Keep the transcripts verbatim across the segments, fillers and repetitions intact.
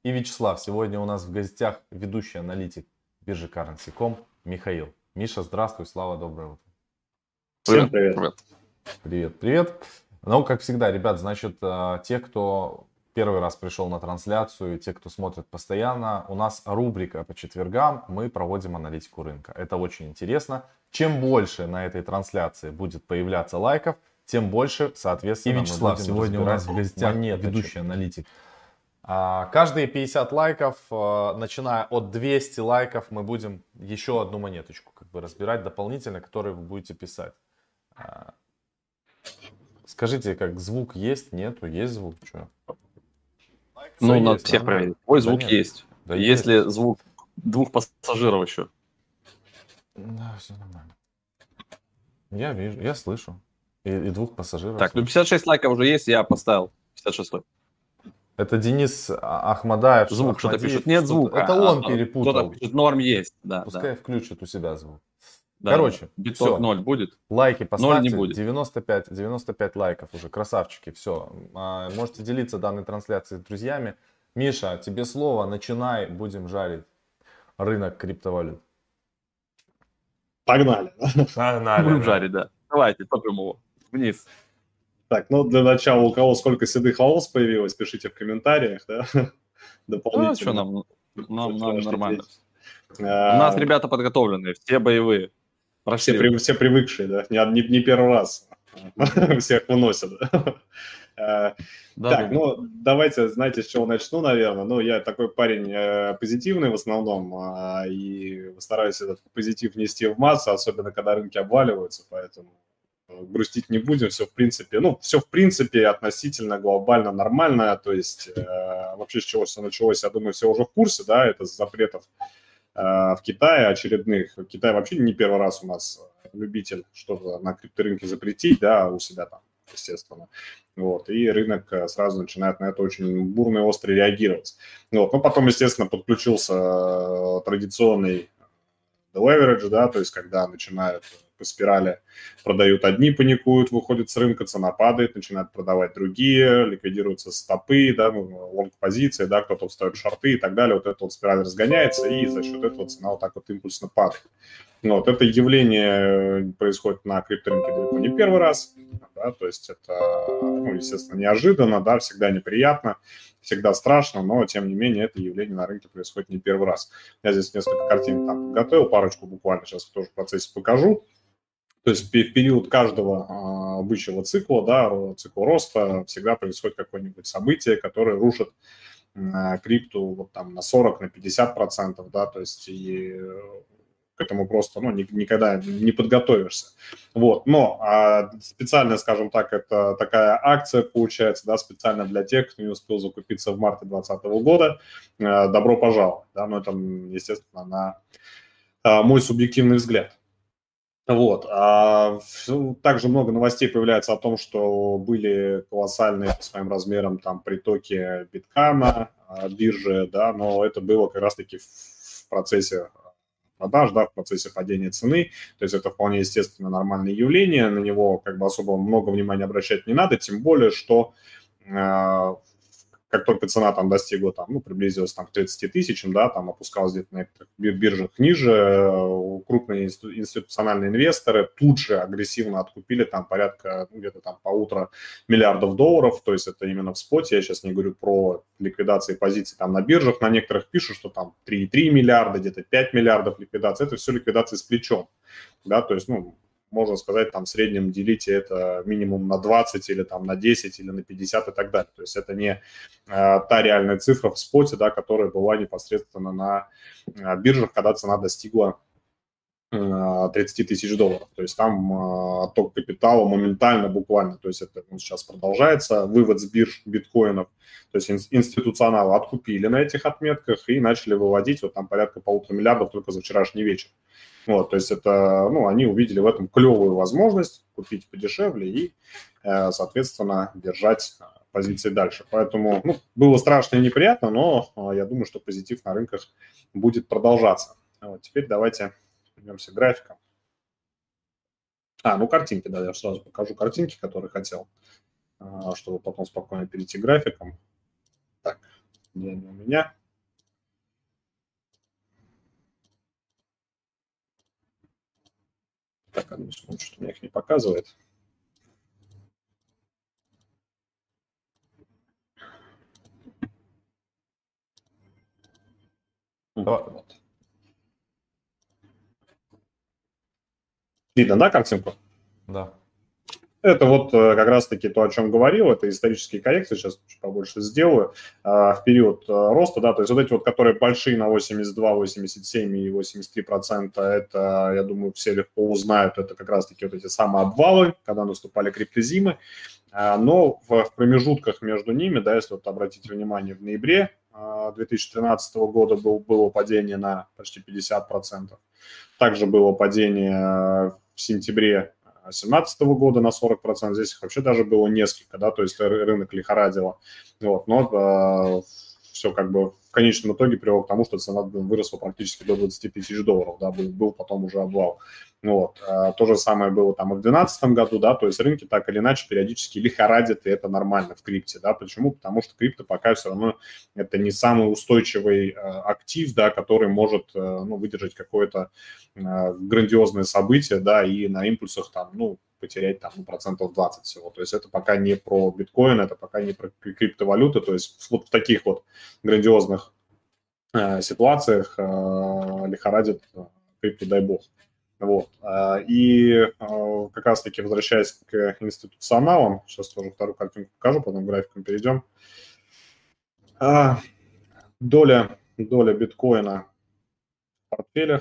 и Вячеслав. Сегодня у нас в гостях ведущий аналитик биржи Currency точка ком Михаил. Миша, здравствуй, Слава, доброе утро. Всем привет. Привет. Привет, привет. Ну, как всегда, ребят, значит, те, кто первый раз пришел на трансляцию, те, кто смотрит постоянно, у нас рубрика по четвергам, мы проводим аналитику рынка. Это очень интересно. Чем больше на этой трансляции будет появляться лайков, тем больше, соответственно, и Вячеслав, сегодня у нас в гостях ведущий аналитик. Каждые пятьдесят лайков, начиная от двухсот лайков, мы будем еще одну монеточку как бы разбирать дополнительно, которую вы будете писать. Скажите, как звук есть, нету, есть звук, что? Ну, Все надо есть, всех нормально? проверить. Ой, Да звук нет. есть. Да Если есть. звук двух пассажиров еще. Да, все нормально. Я вижу, я слышу. И, и двух пассажиров. Так, ну слышу. пятьдесят шесть лайков уже есть, я поставил пятьдесят шесть. Это Денис А- Ахмадаев. Звук что-то Ахмадиев, пишет. Нет что-то- звука. Это он а, перепутал. Кто-то пишет, норм есть. Да, Пускай да, включит у себя звук. да. Короче, Биток все. ноль будет. Лайки поставьте. не будет. девяносто пять, девяносто пять лайков уже. Красавчики. Все. Можете делиться данной трансляцией с друзьями. Миша, тебе слово. Начинай. Будем жарить рынок криптовалют. Погнали. Погнали. Будем жарить, да. Давайте, топим его вниз. Так, ну для начала, у кого сколько седых волос появилось, пишите в комментариях, да, дополнительно. Ну, что нам, нам, нам нормально. У А, нас ребята подготовленные, все боевые. все, Прошли. при- все привыкшие, да, не, не, не первый раз всех выносят. А, Да, Так, да. ну давайте, знаете, с чего начну, наверное. Ну, я такой парень э, позитивный в основном, а, и стараюсь этот позитив нести в массы, особенно когда рынки обваливаются, поэтому э, грустить не будем. Все в принципе, ну, все в принципе относительно глобально нормально. То есть э, вообще с чего все началось, я думаю, все уже в курсе, да, это с запретов э, в Китае очередных. Китай вообще не первый раз у нас любитель что-то на крипторынке запретить, да, у себя там, естественно. Вот, и рынок сразу начинает на это очень бурно и остро реагировать. Вот, ну, потом, естественно, подключился традиционный leverage, да, то есть когда начинают по спирали, продают одни, паникуют, выходят с рынка, цена падает, начинают продавать другие, ликвидируются стопы, да, лонг-позиции, да, кто-то встает шорты и так далее, вот эта вот спираль разгоняется, и за счет этого цена вот так вот импульсно падает. Вот, это явление происходит на крипторынке далеко не первый раз, да, то есть это, ну, естественно, неожиданно, да, всегда неприятно, всегда страшно, но, тем не менее, это явление на рынке происходит не первый раз. Я здесь несколько картин там подготовил, парочку буквально сейчас тоже в процессе покажу. То есть в период каждого бычьего цикла, да, цикла роста, всегда происходит какое-нибудь событие, которое рушит крипту вот там на сорок, на пятьдесят процентов, да, то есть и к этому просто, ну, никогда не подготовишься. Вот, но а, специально, скажем так, это такая акция получается, да, специально для тех, кто не успел закупиться в марте двадцатого года. А, добро пожаловать, да, но это, естественно, на а, мой субъективный взгляд. Вот. А, также много новостей появляется о том, что были колоссальные по своим размерам там притоки биткана, биржи, да, но это было как раз-таки в процессе продаж, да, в процессе падения цены, то есть это вполне естественно нормальное явление, на него как бы особо много внимания обращать не надо, тем более, что э, как только цена там достигла, там, ну, приблизилась там к тридцати тысячам, да, там опускалась где-то на некоторых биржах ниже, э, крупные институциональные инвесторы тут же агрессивно откупили там порядка, ну, где-то там полутора миллиардов долларов, то есть это именно в споте, я сейчас не говорю про ликвидации позиций там на биржах, на некоторых пишут, что там три и три миллиарда, где-то пять миллиардов ликвидации, это все ликвидации с плечом, да, то есть, ну, можно сказать, там в среднем делите это минимум на двадцать или там на десять или на пятьдесят и так далее. То есть это не э, та реальная цифра в споте, да, которая была непосредственно на э, биржах, когда цена достигла э, тридцати тысяч долларов. То есть там э, отток капитала моментально, буквально, то есть это ну, сейчас продолжается, вывод с бирж биткоинов, то есть ин- институционалы откупили на этих отметках и начали выводить вот там порядка полутора миллиардов только за вчерашний вечер. Вот, то есть это, ну, они увидели в этом клевую возможность купить подешевле и, э, соответственно, держать позиции дальше. Поэтому, ну, было страшно и неприятно, но э, я думаю, что позитив на рынках будет продолжаться. Вот, теперь давайте вернемся к графикам. А, ну, картинки, да, я сразу покажу картинки, которые хотел, э, чтобы потом спокойно перейти к графикам. Так, где они у меня? Так, одну секунду, что-то мне их не показывает. Вот. Видно, да, картинку? Да. Это вот как раз-таки то, о чем говорил, это исторические коррекции, сейчас чуть побольше сделаю, в период роста, да, то есть вот эти вот, которые большие на восемьдесят два, восемьдесят семь и восемьдесят три процента, это, я думаю, все легко узнают, это как раз-таки вот эти самые обвалы, когда наступали криптозимы, но в промежутках между ними, да, если вот обратить внимание, в ноябре две тысячи тринадцатого года был, было падение на почти пятьдесят процентов, также было падение в сентябре две тысячи семнадцатого года на сорок процентов, здесь их вообще даже было несколько, да, то есть рынок лихорадило, вот, но э, все как бы в конечном итоге привело к тому, что цена выросла практически до двадцати тысяч долларов, да, был, был потом уже обвал. Вот. А то же самое было там и в две тысячи двенадцатом году, да, то есть рынки так или иначе периодически лихорадят, и это нормально в крипте, да, почему? Потому что крипто пока все равно это не самый устойчивый э, актив, да, который может, э, ну, выдержать какое-то э, грандиозное событие, да, и на импульсах там, ну, потерять там процентов двадцать всего, то есть это пока не про биткоин, это пока не про криптовалюты, то есть вот в таких вот грандиозных э, ситуациях э, лихорадит крипто, дай бог. Вот. И как раз-таки, возвращаясь к институционалам, сейчас тоже вторую картинку покажу, потом графиком перейдем. Доля, доля биткоина в портфелях.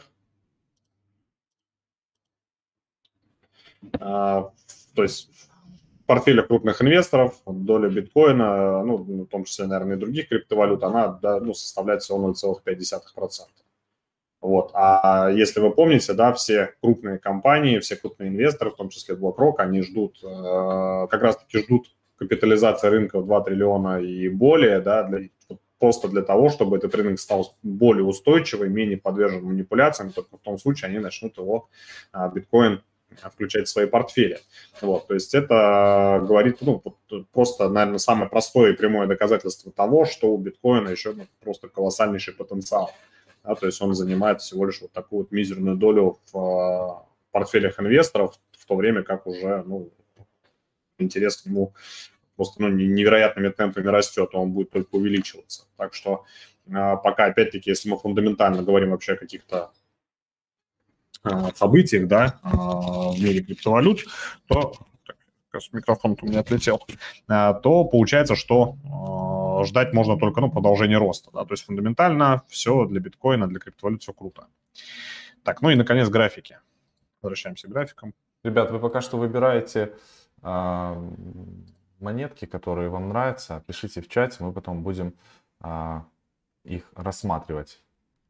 То есть в портфелях крупных инвесторов доля биткоина, ну, в том числе, наверное, и других криптовалют, она, да, ну, составляет всего ноль целых пять десятых процента. Вот. А если вы помните, да, все крупные компании, все крупные инвесторы, в том числе BlackRock, они ждут, э, как раз-таки ждут капитализации рынка в два триллиона и более, да, для, просто для того, чтобы этот рынок стал более устойчивым, менее подвержен манипуляциям, только в том случае они начнут его, э, биткоин, включать в свои портфели. Вот. То есть это говорит, ну, просто, наверное, самое простое и прямое доказательство того, что у биткоина еще, ну, просто колоссальнейший потенциал. Да, то есть он занимает всего лишь вот такую вот мизерную долю в э, портфелях инвесторов, в то время как уже, ну, интерес к нему просто, ну, невероятными темпами растет, он будет только увеличиваться. Так что э, пока, опять-таки, если мы фундаментально говорим вообще о каких-то э, событиях, да, э, в мире криптовалют, то микрофон у меня отлетел, э, то получается, что э, ждать можно только, ну, продолжение роста, да, то есть фундаментально все для биткоина, для криптовалют все круто. Так, ну и, наконец, графики. Возвращаемся к графикам. Ребят, вы пока что выбираете э, монетки, которые вам нравятся, пишите в чате, мы потом будем э, их рассматривать.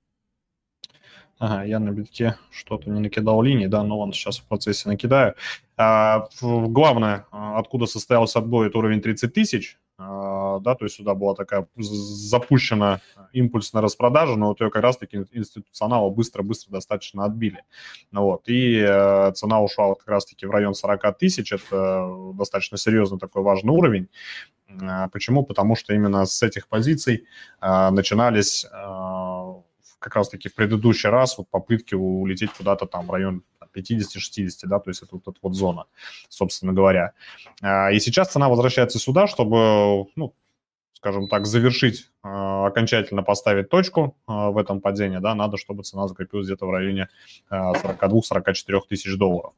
Ага, я на битке что-то не накидал линии, да, но ладно, сейчас в процессе накидаю. А, главное, откуда состоялся отбой, это уровень тридцать тысяч, а, да, то есть сюда была такая запущена импульсная распродажа, но вот ее как раз-таки институционалы быстро-быстро достаточно отбили. Вот, и а, цена ушла вот как раз-таки в район сорок тысяч, это достаточно серьезный такой важный уровень. А, почему? Потому что именно с этих позиций а, начинались... А, как раз-таки в предыдущий раз вот попытки улететь куда-то там в район пятьдесят-шестьдесят, да, то есть это вот эта вот зона, собственно говоря. И сейчас цена возвращается сюда, чтобы, ну, скажем так, завершить, окончательно поставить точку в этом падении, да, надо, чтобы цена закрепилась где-то в районе сорок два - сорок четыре тысяч долларов.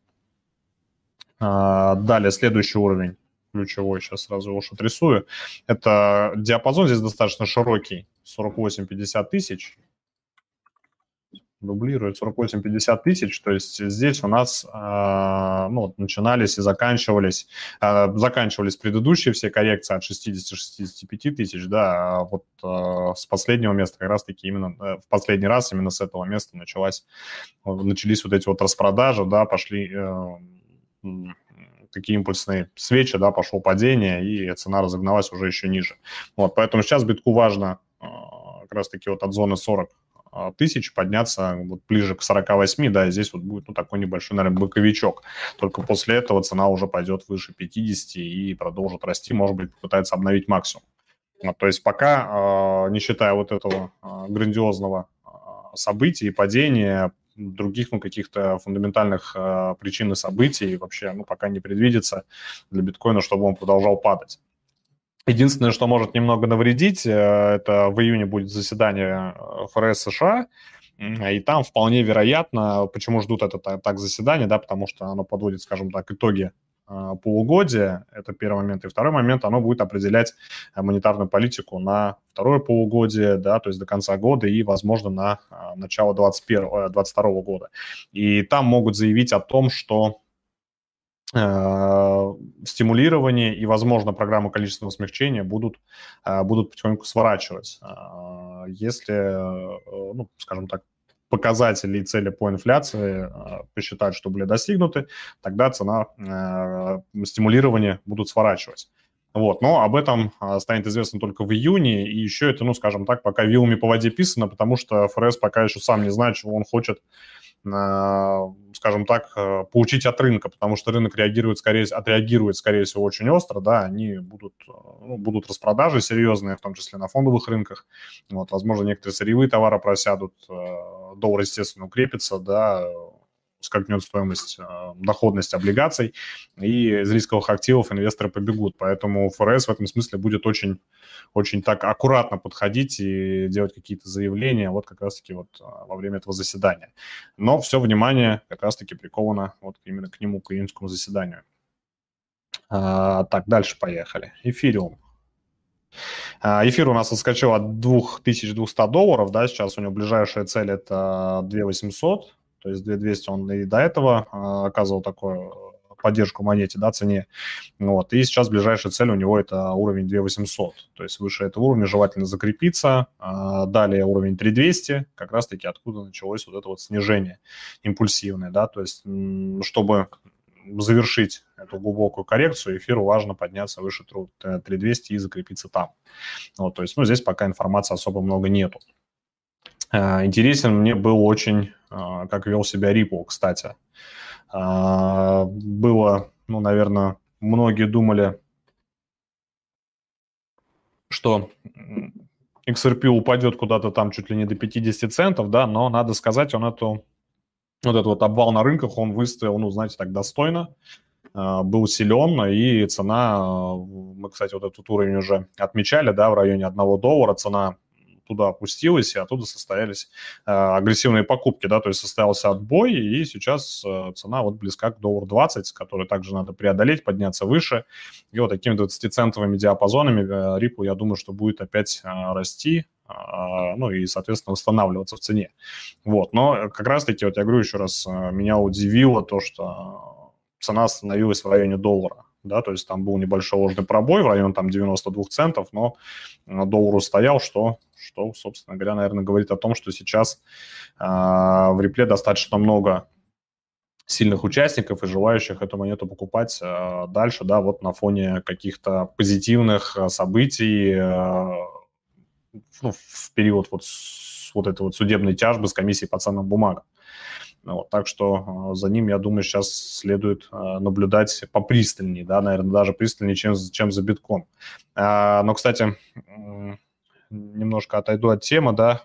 Далее, следующий уровень, ключевой, сейчас сразу его отрисую, это диапазон здесь достаточно широкий, сорок восемь - пятьдесят тысяч. Дублирует сорок восемь - пятьдесят тысяч, то есть здесь у нас э, ну, начинались и заканчивались, э, заканчивались предыдущие все коррекции от шестидесяти - шестидесяти пяти тысяч, да, а вот э, с последнего места как раз-таки именно, э, в последний раз именно с этого места началась, начались вот эти вот распродажи, да, пошли э, такие импульсные свечи, да, пошло падение, и цена разогналась уже еще ниже. Вот, поэтому сейчас битку важно э, как раз-таки вот от зоны сорок тысяч подняться вот ближе к сорока восьми, да, и здесь вот будет, ну, такой небольшой, наверное, боковичок. Только после этого цена уже пойдет выше пятидесяти и продолжит расти, может быть, попытается обновить максимум. Вот, то есть пока, не считая вот этого грандиозного события и падения, других, ну, каких-то фундаментальных э, причин и событий вообще, ну, пока не предвидится для биткоина, чтобы он продолжал падать. Единственное, что может немного навредить, э, это в июне будет заседание эф эр эс США, и там вполне вероятно, почему ждут это так заседание, да, потому что оно подводит, скажем так, итоги полугодия, это первый момент. И второй момент, оно будет определять монетарную политику на второе полугодие, да, то есть до конца года и, возможно, на начало двадцать первого, двадцать второго года. И там могут заявить о том, что э, стимулирование и, возможно, программу количественного смягчения будут, э, будут потихоньку сворачивать. Э, если, э, ну, скажем так, показатели и цели по инфляции э, посчитать, что были достигнуты, тогда цена э, стимулирования будут сворачивать. Вот, но об этом э, станет известно только в июне, и еще это, ну, скажем так, пока вилами по воде писано, потому что эф эр эс пока еще сам не знает, чего он хочет, э, скажем так, э, получить от рынка, потому что рынок реагирует, скорее, отреагирует, скорее всего, очень остро, да, они будут, ну, будут распродажи серьезные, в том числе на фондовых рынках, вот, возможно, некоторые сырьевые товары просядут, э, доллар, естественно, укрепится, да, скакнет стоимость, э, доходность облигаций, и из рисковых активов инвесторы побегут. Поэтому эф эр эс в этом смысле будет очень, очень так аккуратно подходить и делать какие-то заявления вот как раз-таки вот во время этого заседания. Но все внимание как раз-таки приковано вот именно к нему, к июньскому заседанию. А, так, дальше поехали. Эфириум. Эфир у нас отскочил от две тысячи двести долларов, да, сейчас у него ближайшая цель это две тысячи восемьсот, то есть две тысячи двести он и до этого э, оказывал такую поддержку монете, да, цене, вот, и сейчас ближайшая цель у него это уровень две тысячи восемьсот, то есть выше этого уровня желательно закрепиться, э, далее уровень три тысячи двести, как раз-таки откуда началось вот это вот снижение импульсивное, да, то есть чтобы завершить эту глубокую коррекцию, эфиру важно подняться выше три тысячи двести и закрепиться там. Вот, то есть, ну, здесь пока информации особо много нету. Интересен мне был очень, как вел себя Ripple, кстати. Было, ну, наверное, многие думали, что икс эр пи упадет куда-то там чуть ли не до пятьдесят центов, да, но надо сказать, он эту вот этот вот обвал на рынках, он выстоял, ну, знаете, так достойно, был силен, и цена, мы, кстати, вот этот уровень уже отмечали, да, в районе одного доллара, цена туда опустилась, и оттуда состоялись агрессивные покупки, да, то есть состоялся отбой, и сейчас цена вот близка к доллару двадцать, который также надо преодолеть, подняться выше, и вот такими двадцатицентовыми диапазонами Ripple, я думаю, что будет опять расти, ну и, соответственно, восстанавливаться в цене. Вот, но как раз-таки, вот я говорю еще раз, меня удивило то, что цена остановилась в районе доллара, да, то есть там был небольшой ложный пробой в районе там девяносто два центов, но доллар устоял, что, что, собственно говоря, наверное, говорит о том, что сейчас э, в Рипле достаточно много сильных участников и желающих эту монету покупать э, дальше, да, вот на фоне каких-то позитивных событий, э, ну, в период вот, с, вот этой вот судебной тяжбы с комиссией по ценным бумагам. Вот, так что за ним, я думаю, сейчас следует наблюдать попристальнее, да, наверное, даже пристальнее, чем, чем за битком. А, но, кстати, немножко отойду от темы, да.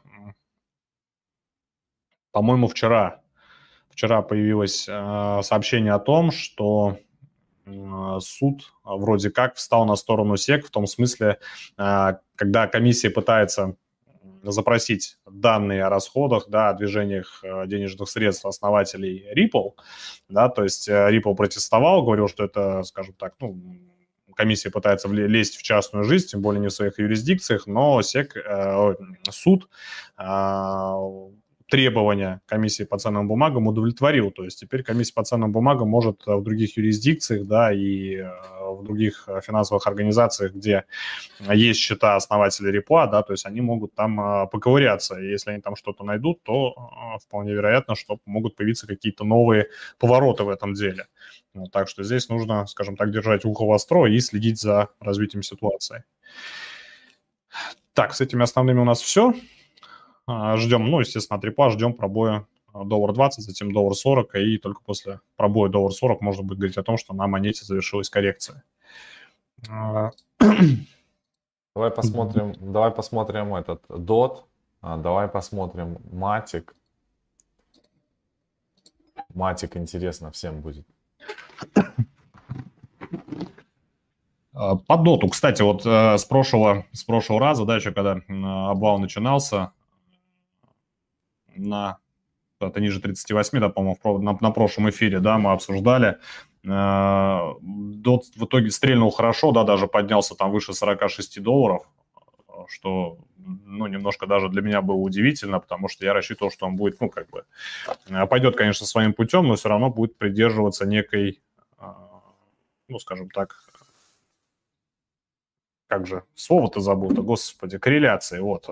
По-моему, вчера, вчера появилось сообщение о том, что суд вроде как встал на сторону сек в том смысле, когда комиссия пытается запросить данные о расходах, да, о движениях денежных средств основателей Ripple, да, то есть Ripple протестовал, говорил, что это, скажем так, ну, комиссия пытается лезть в частную жизнь, тем более не в своих юрисдикциях, но сек, э, суд э, требования комиссии по ценным бумагам удовлетворил. То есть теперь комиссия по ценным бумагам может в других юрисдикциях, да, и в других финансовых организациях, где есть счета основателей Ripple, да, то есть они могут там поковыряться. И если они там что-то найдут, то вполне вероятно, что могут появиться какие-то новые повороты в этом деле. Вот, так что здесь нужно, скажем так, держать ухо востро и следить за развитием ситуации. Так, с этими основными у нас все. Ждем, ну, естественно, от Ripple ждем пробоя доллар двадцать, затем доллар сорок, и только после пробоя доллар сорок можно будет говорить о том, что на монете завершилась коррекция. Давай посмотрим, давай посмотрим этот дот, давай посмотрим матик. Матик, интересно, всем будет. По доту, кстати, вот э, с прошлого, с прошлого раза, да, еще когда э, обвал начинался, на, это ниже тридцати восьми, да, по-моему, на, на прошлом эфире, да, мы обсуждали, э, дот в итоге стрельнул хорошо, да, даже поднялся там выше сорока шести долларов, что, ну, немножко даже для меня было удивительно, потому что я рассчитывал, что он будет, ну, как бы, пойдет, конечно, своим путем, но все равно будет придерживаться некой, э, ну, скажем так, как же, слово-то забуто, господи, корреляции, вот.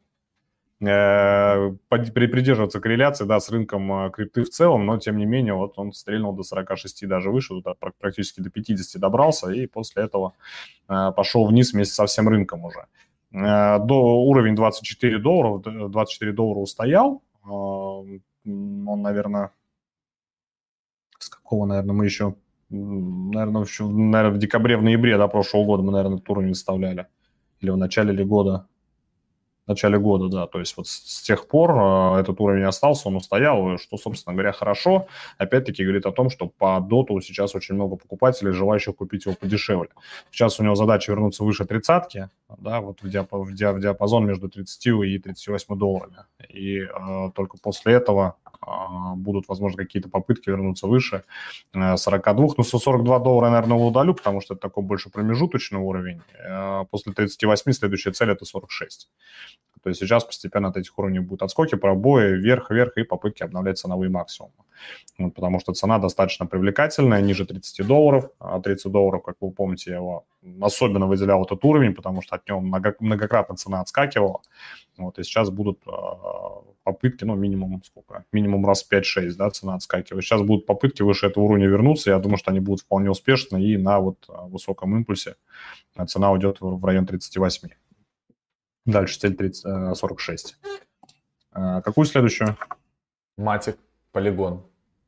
Придерживаться корреляции, да, с рынком крипты в целом, но, тем не менее, вот он стрельнул до сорока шести даже выше, туда практически до пятидесяти добрался, и после этого пошел вниз вместе со всем рынком уже. До уровень двадцать четыре доллара, двадцать четыре доллара устоял, он, наверное, с какого, наверное, мы еще... Наверное, еще, наверное, в декабре, в ноябре, да, прошлого года мы, наверное, этот уровень выставляли. Или в начале ли года. В начале года, да. То есть вот с, с тех пор э, этот уровень остался, он устоял, что, собственно говоря, хорошо. Опять-таки говорит о том, что по доту сейчас очень много покупателей, желающих купить его подешевле. Сейчас у него задача вернуться выше тридцатки, да, вот в, диап- в, диап- в диапазон между тридцатью и тридцатью восьмью долларами. И э, только после этого будут, возможно, какие-то попытки вернуться выше сорока двух. Ну, сорок два доллара, наверное, удалю, потому что это такой больше промежуточный уровень. После тридцати восьми следующая цель – это сорок шесть. То есть сейчас постепенно от этих уровней будут отскоки, пробои, вверх-вверх и попытки обновлять ценовые максимумы. Вот, потому что цена достаточно привлекательная, ниже тридцати долларов. А тридцать долларов, как вы помните, я его особенно выделял этот уровень, потому что от него многократно цена отскакивала. Вот, и сейчас будут э, попытки, ну, минимум сколько? Минимум раз пять-шесть, да, цена отскакивает. Сейчас будут попытки выше этого уровня вернуться. Я думаю, что они будут вполне успешны, и на вот высоком импульсе цена уйдет в район тридцати восьми. Дальше цель тридцать, сорок шесть. А какую следующую? Матик, полигон.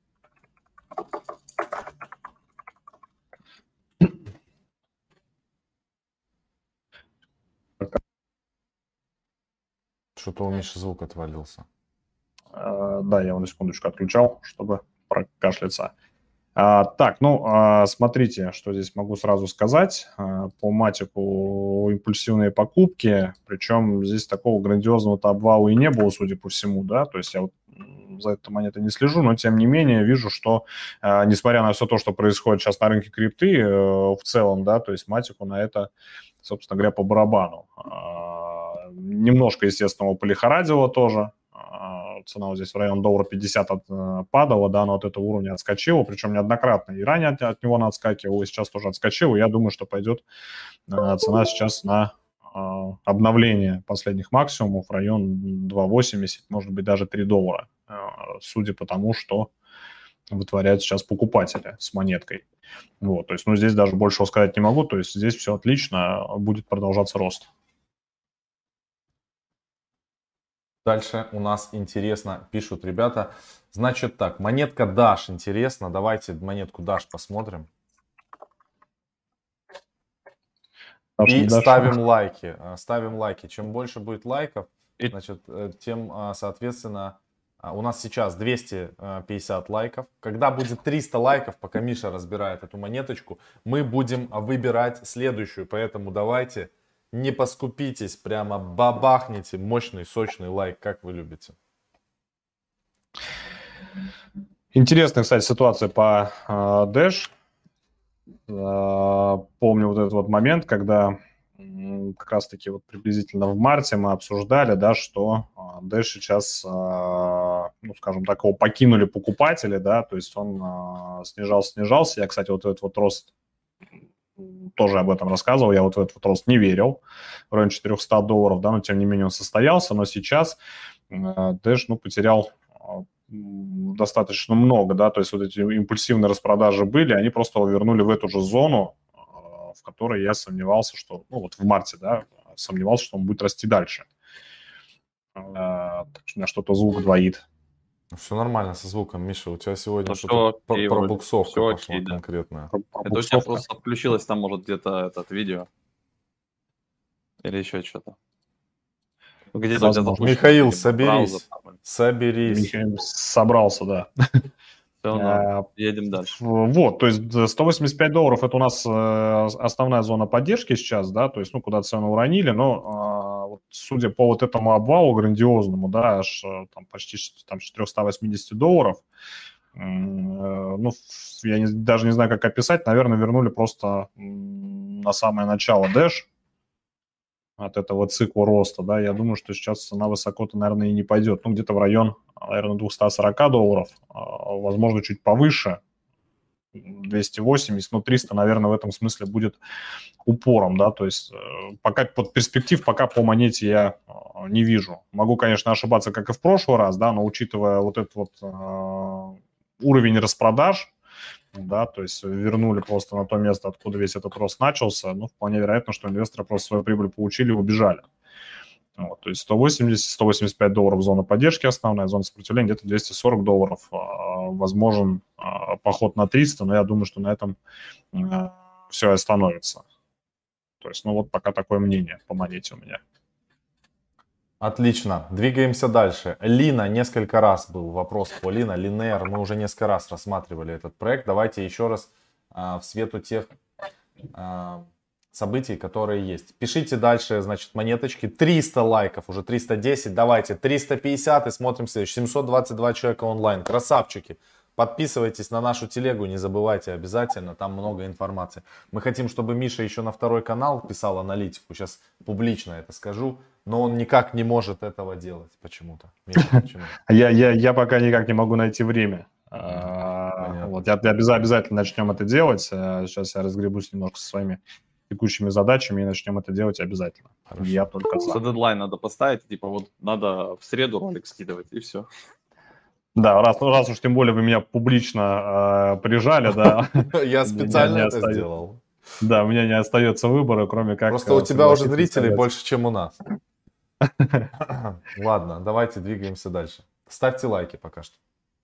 Что-то у Миши звук отвалился. А, да, я его на секундочку отключал, чтобы прокашляться. А, так, ну, а, смотрите, что здесь могу сразу сказать. А, по матику импульсивные покупки, причем здесь такого грандиозного-то обвала и не было, судя по всему, да, то есть я вот за этой монетой не слежу, но тем не менее вижу, что, а, несмотря на все то, что происходит сейчас на рынке крипты э, в целом, да, то есть матику на это, собственно говоря, по барабану. А, немножко, естественно, его полихорадило тоже. Цена вот здесь в район доллара пятьдесят от, падала, да, но от этого уровня отскочила, причем неоднократно. И ранее от, от него она отскакивала, и сейчас тоже отскочила. Я думаю, что пойдет э, цена сейчас на э, обновление последних максимумов в район два восемьдесят, может быть, даже три доллара, э, судя по тому, что вытворяют сейчас покупатели с монеткой. Вот, то есть, ну, здесь даже большего сказать не могу, то есть здесь все отлично, будет продолжаться рост. Дальше у нас интересно, пишут ребята. Значит так, монетка Dash интересно. Давайте монетку Dash посмотрим. Dash и Dash. Ставим лайки. Ставим лайки. Чем больше будет лайков, значит, тем, соответственно, у нас сейчас двести пятьдесят лайков. Когда будет триста лайков, пока Миша разбирает эту монеточку, мы будем выбирать следующую. Поэтому давайте... Не поскупитесь, прямо бабахните мощный, сочный лайк, как вы любите. Интересная, кстати, ситуация по э, Dash. Э, помню вот этот вот момент, когда э, как раз-таки вот приблизительно в марте мы обсуждали, да, что э, Dash сейчас, э, ну, скажем так, его покинули покупатели, да, то есть он э, снижался, снижался. Я, кстати, вот этот вот рост тоже об этом рассказывал, я вот в этот вот рост не верил, в районе четырехсот долларов, да, но тем не менее он состоялся, но сейчас э, Dash, ну, потерял э, достаточно много, да, то есть вот эти импульсивные распродажи были, они просто его вернули в эту же зону, э, в которой я сомневался, что, ну, вот в марте, да, сомневался, что он будет расти дальше. Э, так что у меня что-то звук двоит. Все нормально со звуком, Миша. У тебя сегодня ну, что-то окей, пробуксовка все пошла окей, конкретная. Да. Это у тебя просто включилось там, может, где-то этот видео. Или еще что-то. Где-то Михаил, соберись. Соберись. Михаил собрался, да. Все равно, едем дальше. Вот, то есть сто восемьдесят пять долларов это у нас основная зона поддержки сейчас, да, то есть, ну, куда цену уронили, но вот, судя по вот этому обвалу грандиозному, да, аж там почти там, четыреста восемьдесят долларов, ну, я не, даже не знаю, как описать, наверное, вернули просто на самое начало Dash от этого цикла роста, да, я думаю, что сейчас цена высоко-то, наверное, и не пойдет, ну, где-то в район, наверное, двести сорок долларов, возможно, чуть повыше, двести восемьдесят, но триста, наверное, в этом смысле будет упором, да, то есть пока под перспектив пока по монете я не вижу. Могу, конечно, ошибаться, как и в прошлый раз, да, но учитывая вот этот вот э, уровень распродаж, да, то есть вернули просто на то место, откуда весь этот рост начался, ну, вполне вероятно, что инвесторы просто свою прибыль получили и убежали. Вот, то есть сто восемьдесят - сто восемьдесят пять долларов зона поддержки основная, зона сопротивления где-то двести сорок долларов. Возможен поход на триста, но я думаю, что на этом все остановится. То есть, ну вот пока такое мнение по монете у меня. Отлично, двигаемся дальше. Лина, несколько раз был вопрос по Лина. Линейр, мы уже несколько раз рассматривали этот проект. Давайте еще раз а, в свету тех а, событий, которые есть. Пишите дальше, значит, монеточки. триста лайков, уже триста десять. Давайте триста пятьдесят и смотрим следующий. семьсот двадцать два человека онлайн. Красавчики. Подписывайтесь на нашу телегу, не забывайте обязательно, там много информации. Мы хотим, чтобы Миша еще на второй канал писал аналитику, сейчас публично это скажу, но он никак не может этого делать почему-то. Миша, почему? Я, я, я пока никак не могу найти время. Понятно. Вот, я, я обязательно начнем это делать. Сейчас я разгребусь немножко со своими текущими задачами и начнем это делать обязательно. Хорошо. Я только за. За дедлайн надо поставить, типа вот надо в среду ролик скидывать, и все. Да, раз, раз уж тем более вы меня публично э, прижали, да. Я специально это сделал. Да, у меня не остается выбора, кроме как... Просто у тебя уже зрителей больше, чем у нас. Ладно, давайте двигаемся дальше. Ставьте лайки пока что.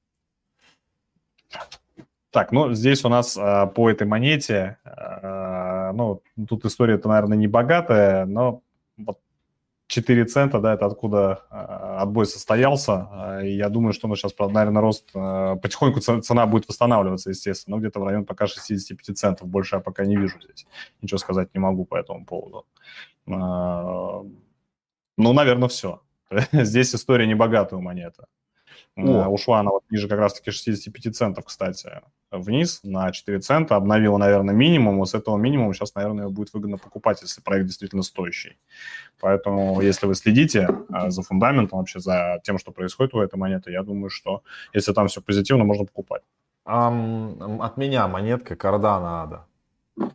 Так, ну здесь у нас э, по этой монете, э, ну тут история-то, наверное, не богатая, но вот четыре цента, да, это откуда э, отбой состоялся, э, и я думаю, что ну, сейчас, правда, наверное, рост, э, потихоньку цена будет восстанавливаться, естественно, но где-то в районе пока шестьдесят пять центов, больше я пока не вижу здесь, ничего сказать не могу по этому поводу. Э, ну, наверное, все. Здесь история не богатая у монеты. О. Ушла она вот ниже как раз-таки шестьдесят пять центов, кстати, вниз на четыре цента, обновила, наверное, минимум, вот с этого минимума сейчас, наверное, будет выгодно покупать, если проект действительно стоящий. Поэтому, если вы следите за фундаментом, вообще за тем, что происходит у этой монеты, я думаю, что если там все позитивно, можно покупать. Um, от меня монетка Cardano Ada.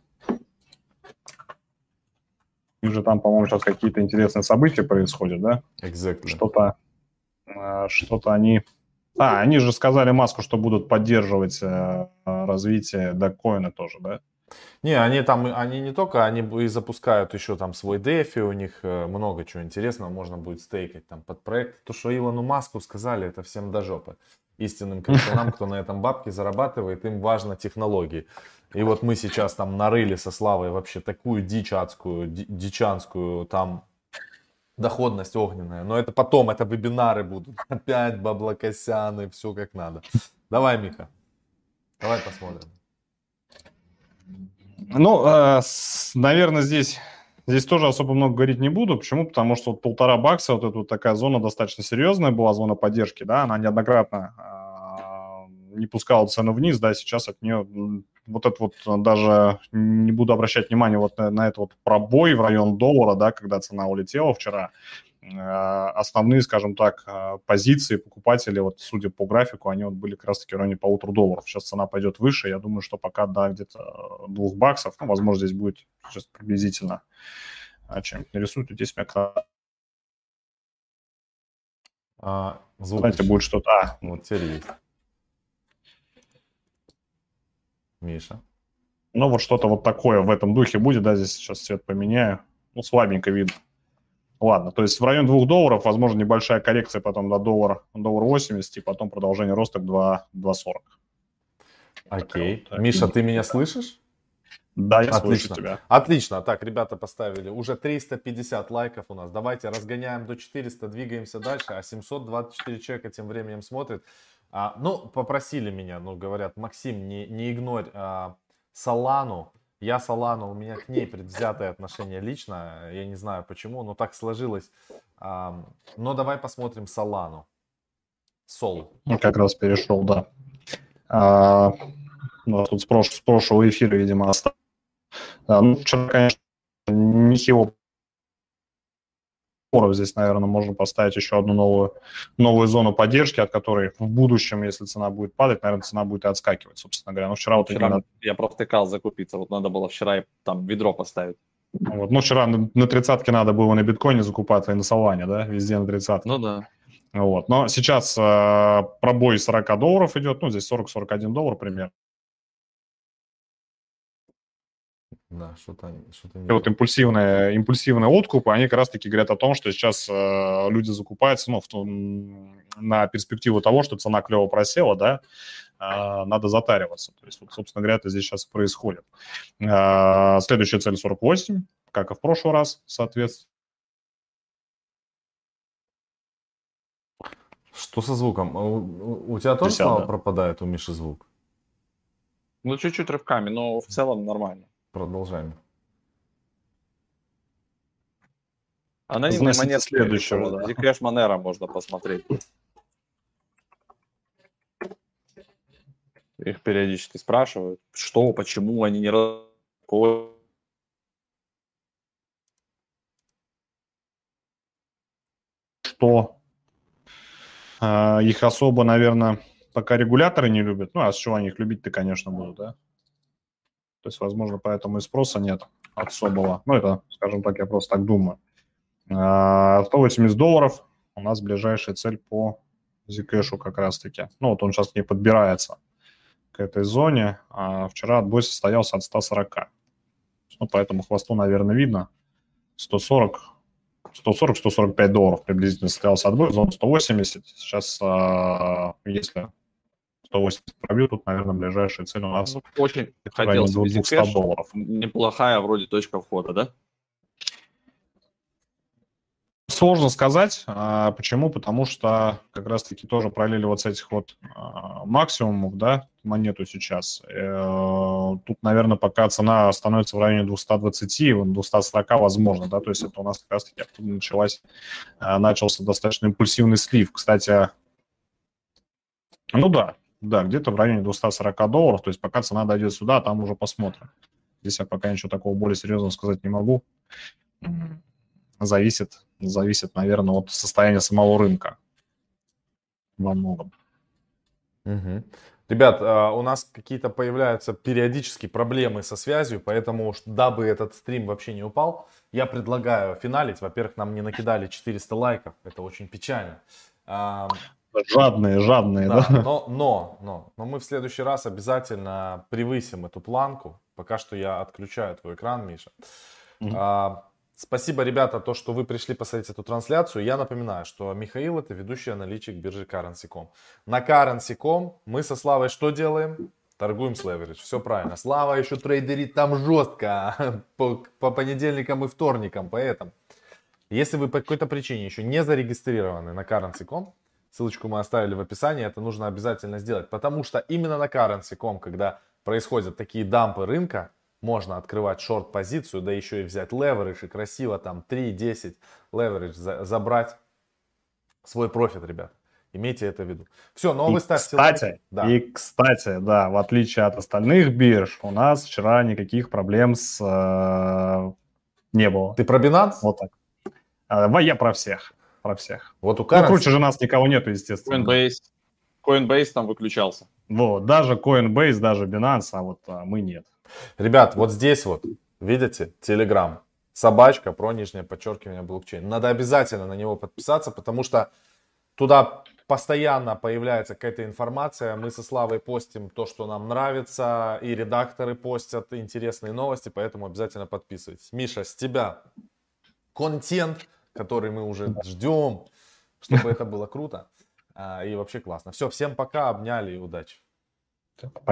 Вижу, там, по-моему, сейчас какие-то интересные события происходят, да? Exactly. Что-то, что-то они... А, они же сказали Маску, что будут поддерживать э, развитие доккоина тоже, да? Не, они там, они не только, они и запускают еще там свой дефи, у них много чего интересного, можно будет стейкать там под проект. То, что Илону Маску сказали, это всем до жопы. Истинным капитанам, кто на этом бабки зарабатывает, им важно технологии. И вот мы сейчас там нарыли со Славой вообще такую дичь адскую, дичанскую, там доходность огненная. Но это потом, это вебинары будут. Опять баблокосяны, все как надо. Давай, Миха, давай посмотрим. Ну, э, с, наверное, здесь, здесь тоже особо много говорить не буду. Почему? Потому что вот полтора бакса, вот эта вот такая зона достаточно серьезная была, зона поддержки, да, она неоднократно э, не пускала цену вниз, да, сейчас от нее вот это вот даже не буду обращать внимание вот на, на этот вот пробой в район доллара, да, когда цена улетела вчера. Основные, скажем так, позиции покупателей, вот судя по графику, они вот были как раз-таки в районе полутора долларов. Сейчас цена пойдет выше. Я думаю, что пока до где-то двух баксов, ну, возможно, здесь будет сейчас приблизительно. А чем-то нарисуют, здесь меня а, звук знаете, будет что-то. А, вот теперь есть. Миша. Ну, вот что-то вот такое в этом духе будет, да, здесь сейчас цвет поменяю. Ну, слабенько видно. Ладно, то есть в районе двух долларов, возможно, небольшая коррекция потом до доллара, доллар восемьдесят, и потом продолжение роста к два сорок. Окей. Вот, Миша, ты меня слышишь? Да, я Отлично. слышу тебя. Отлично. Так, ребята поставили уже триста пятьдесят лайков у нас. Давайте разгоняем до четырёхсот, двигаемся дальше. А семьсот двадцать четыре человека тем временем смотрит. А, ну, попросили меня, ну, говорят, Максим, не, не игнорь а, Солану. Я Солану, у меня к ней предвзятое отношение лично. Я не знаю почему, но так сложилось. А, но давай посмотрим Солану. Сол. Ну, как раз перешел, да. А, ну, тут с, прош... с прошлого эфира, видимо, осталось. А, ну, вчера, конечно, ничего. Здесь, наверное, можно поставить еще одну новую, новую зону поддержки, от которой в будущем, если цена будет падать, наверное, цена будет и отскакивать, собственно говоря. Но вчера вот Вчера именно... я провтыкал закупиться, вот надо было вчера и там ведро поставить. Вот. Ну, вчера на, на тридцатке надо было на биткоине закупаться и на Солане, да, везде на тридцатке. Ну да. Вот. Но сейчас э, пробой сорок долларов идет, ну, здесь сорок сорок один доллар примерно. Да, что-то, что-то не И вот импульсивные, импульсивные откупы, они как раз-таки говорят о том, что сейчас э, люди закупаются, ну, в том, на перспективу того, что цена клево просела, да, э, надо затариваться. То есть, вот, собственно говоря, это здесь сейчас происходит. Э, следующая цель сорок восемь, как и в прошлый раз, соответственно. Что со звуком? У, у тебя тоже пятьдесят, снова да. пропадает у Миши звук? Ну, чуть-чуть рывками, но в целом нормально. Продолжаем. Анонимный Заносите монет следующего, да. Zcash Monero можно посмотреть. Их периодически спрашивают, что, почему они не работают. Что э, их особо, наверное, пока регуляторы не любят. Ну, а с чего они их любить-то, конечно, будут, да? То есть, возможно, поэтому и спроса нет особого. Ну, это, скажем так, я просто так думаю. сто восемьдесят долларов у нас ближайшая цель по Zcash как раз-таки. Ну, вот он сейчас к ней подбирается, к этой зоне. А вчера отбой состоялся от ста сорока. Ну, поэтому хвосту, наверное, видно. сто сорок, сто сорок сто сорок пять долларов приблизительно состоялся отбой. Зона сто восемьдесят. Сейчас, если сто восемьдесят пробьют, тут, наверное, ближайшая цель у нас Ну, очень в хотел районе себе двухсот Zcash. долларов. Неплохая вроде точка входа, да? Сложно сказать. А, почему? Потому что как раз-таки тоже параллели вот с этих вот а, максимумов, да, монету сейчас. Э, тут, наверное, пока цена становится в районе двухсот двадцати, двухсот сорока возможно, да, то есть это у нас как раз-таки оттуда началась, а, начался достаточно импульсивный слив. Кстати, ну да, да, где-то в районе двухсот сорока долларов, то есть пока цена дойдет сюда, там уже посмотрим. Здесь я пока ничего такого более серьезного сказать не могу. Зависит, зависит, наверное, от состояния самого рынка во многом. Угу. Ребят, у нас какие-то появляются периодически проблемы со связью, поэтому, дабы этот стрим вообще не упал, я предлагаю финалить. Во-первых, нам не накидали четыреста лайков, это очень печально. Жадные, жадные, да? да? Но, но, но, но мы в следующий раз обязательно превысим эту планку. Пока что я отключаю твой экран, Миша. Mm-hmm. Спасибо, ребята, то, что вы пришли посмотреть эту трансляцию. Я напоминаю, что Михаил — это ведущий аналитик биржи Currency точка ком. На Currency точка ком мы со Славой что делаем? Торгуем с leverage. Все правильно. Слава еще трейдерит там жестко по, по понедельникам и вторникам. Поэтому, если вы по какой-то причине еще не зарегистрированы на Currency точка ком, ссылочку мы оставили в описании, это нужно обязательно сделать. Потому что именно на Currency точка ком, когда происходят такие дампы рынка, можно открывать шорт-позицию, да еще и взять leverage и красиво там три-десять leverage за, забрать свой профит, ребят. Имейте это в виду. Все, ну а вы ставьте кстати, лайк. Да. И, кстати, да, в отличие от остальных бирж, у нас вчера никаких проблем с э, не было. Ты про Binance? Вот так. А, я про всех. Про всех. Вот у Currency... Ну, круче же нас никого нету, естественно. Coinbase, Coinbase там выключался. Вот, даже Coinbase, даже Binance, а вот а, мы нет. Ребят, вот здесь вот, видите, Telegram, собачка, про нижнее подчеркивание блокчейн. Надо обязательно на него подписаться, потому что туда постоянно появляется какая-то информация. Мы со Славой постим то, что нам нравится, и редакторы постят интересные новости, поэтому обязательно подписывайтесь. Миша, с тебя контент, который мы уже ждем, чтобы это было круто и вообще классно. Все, всем пока, обняли и удачи.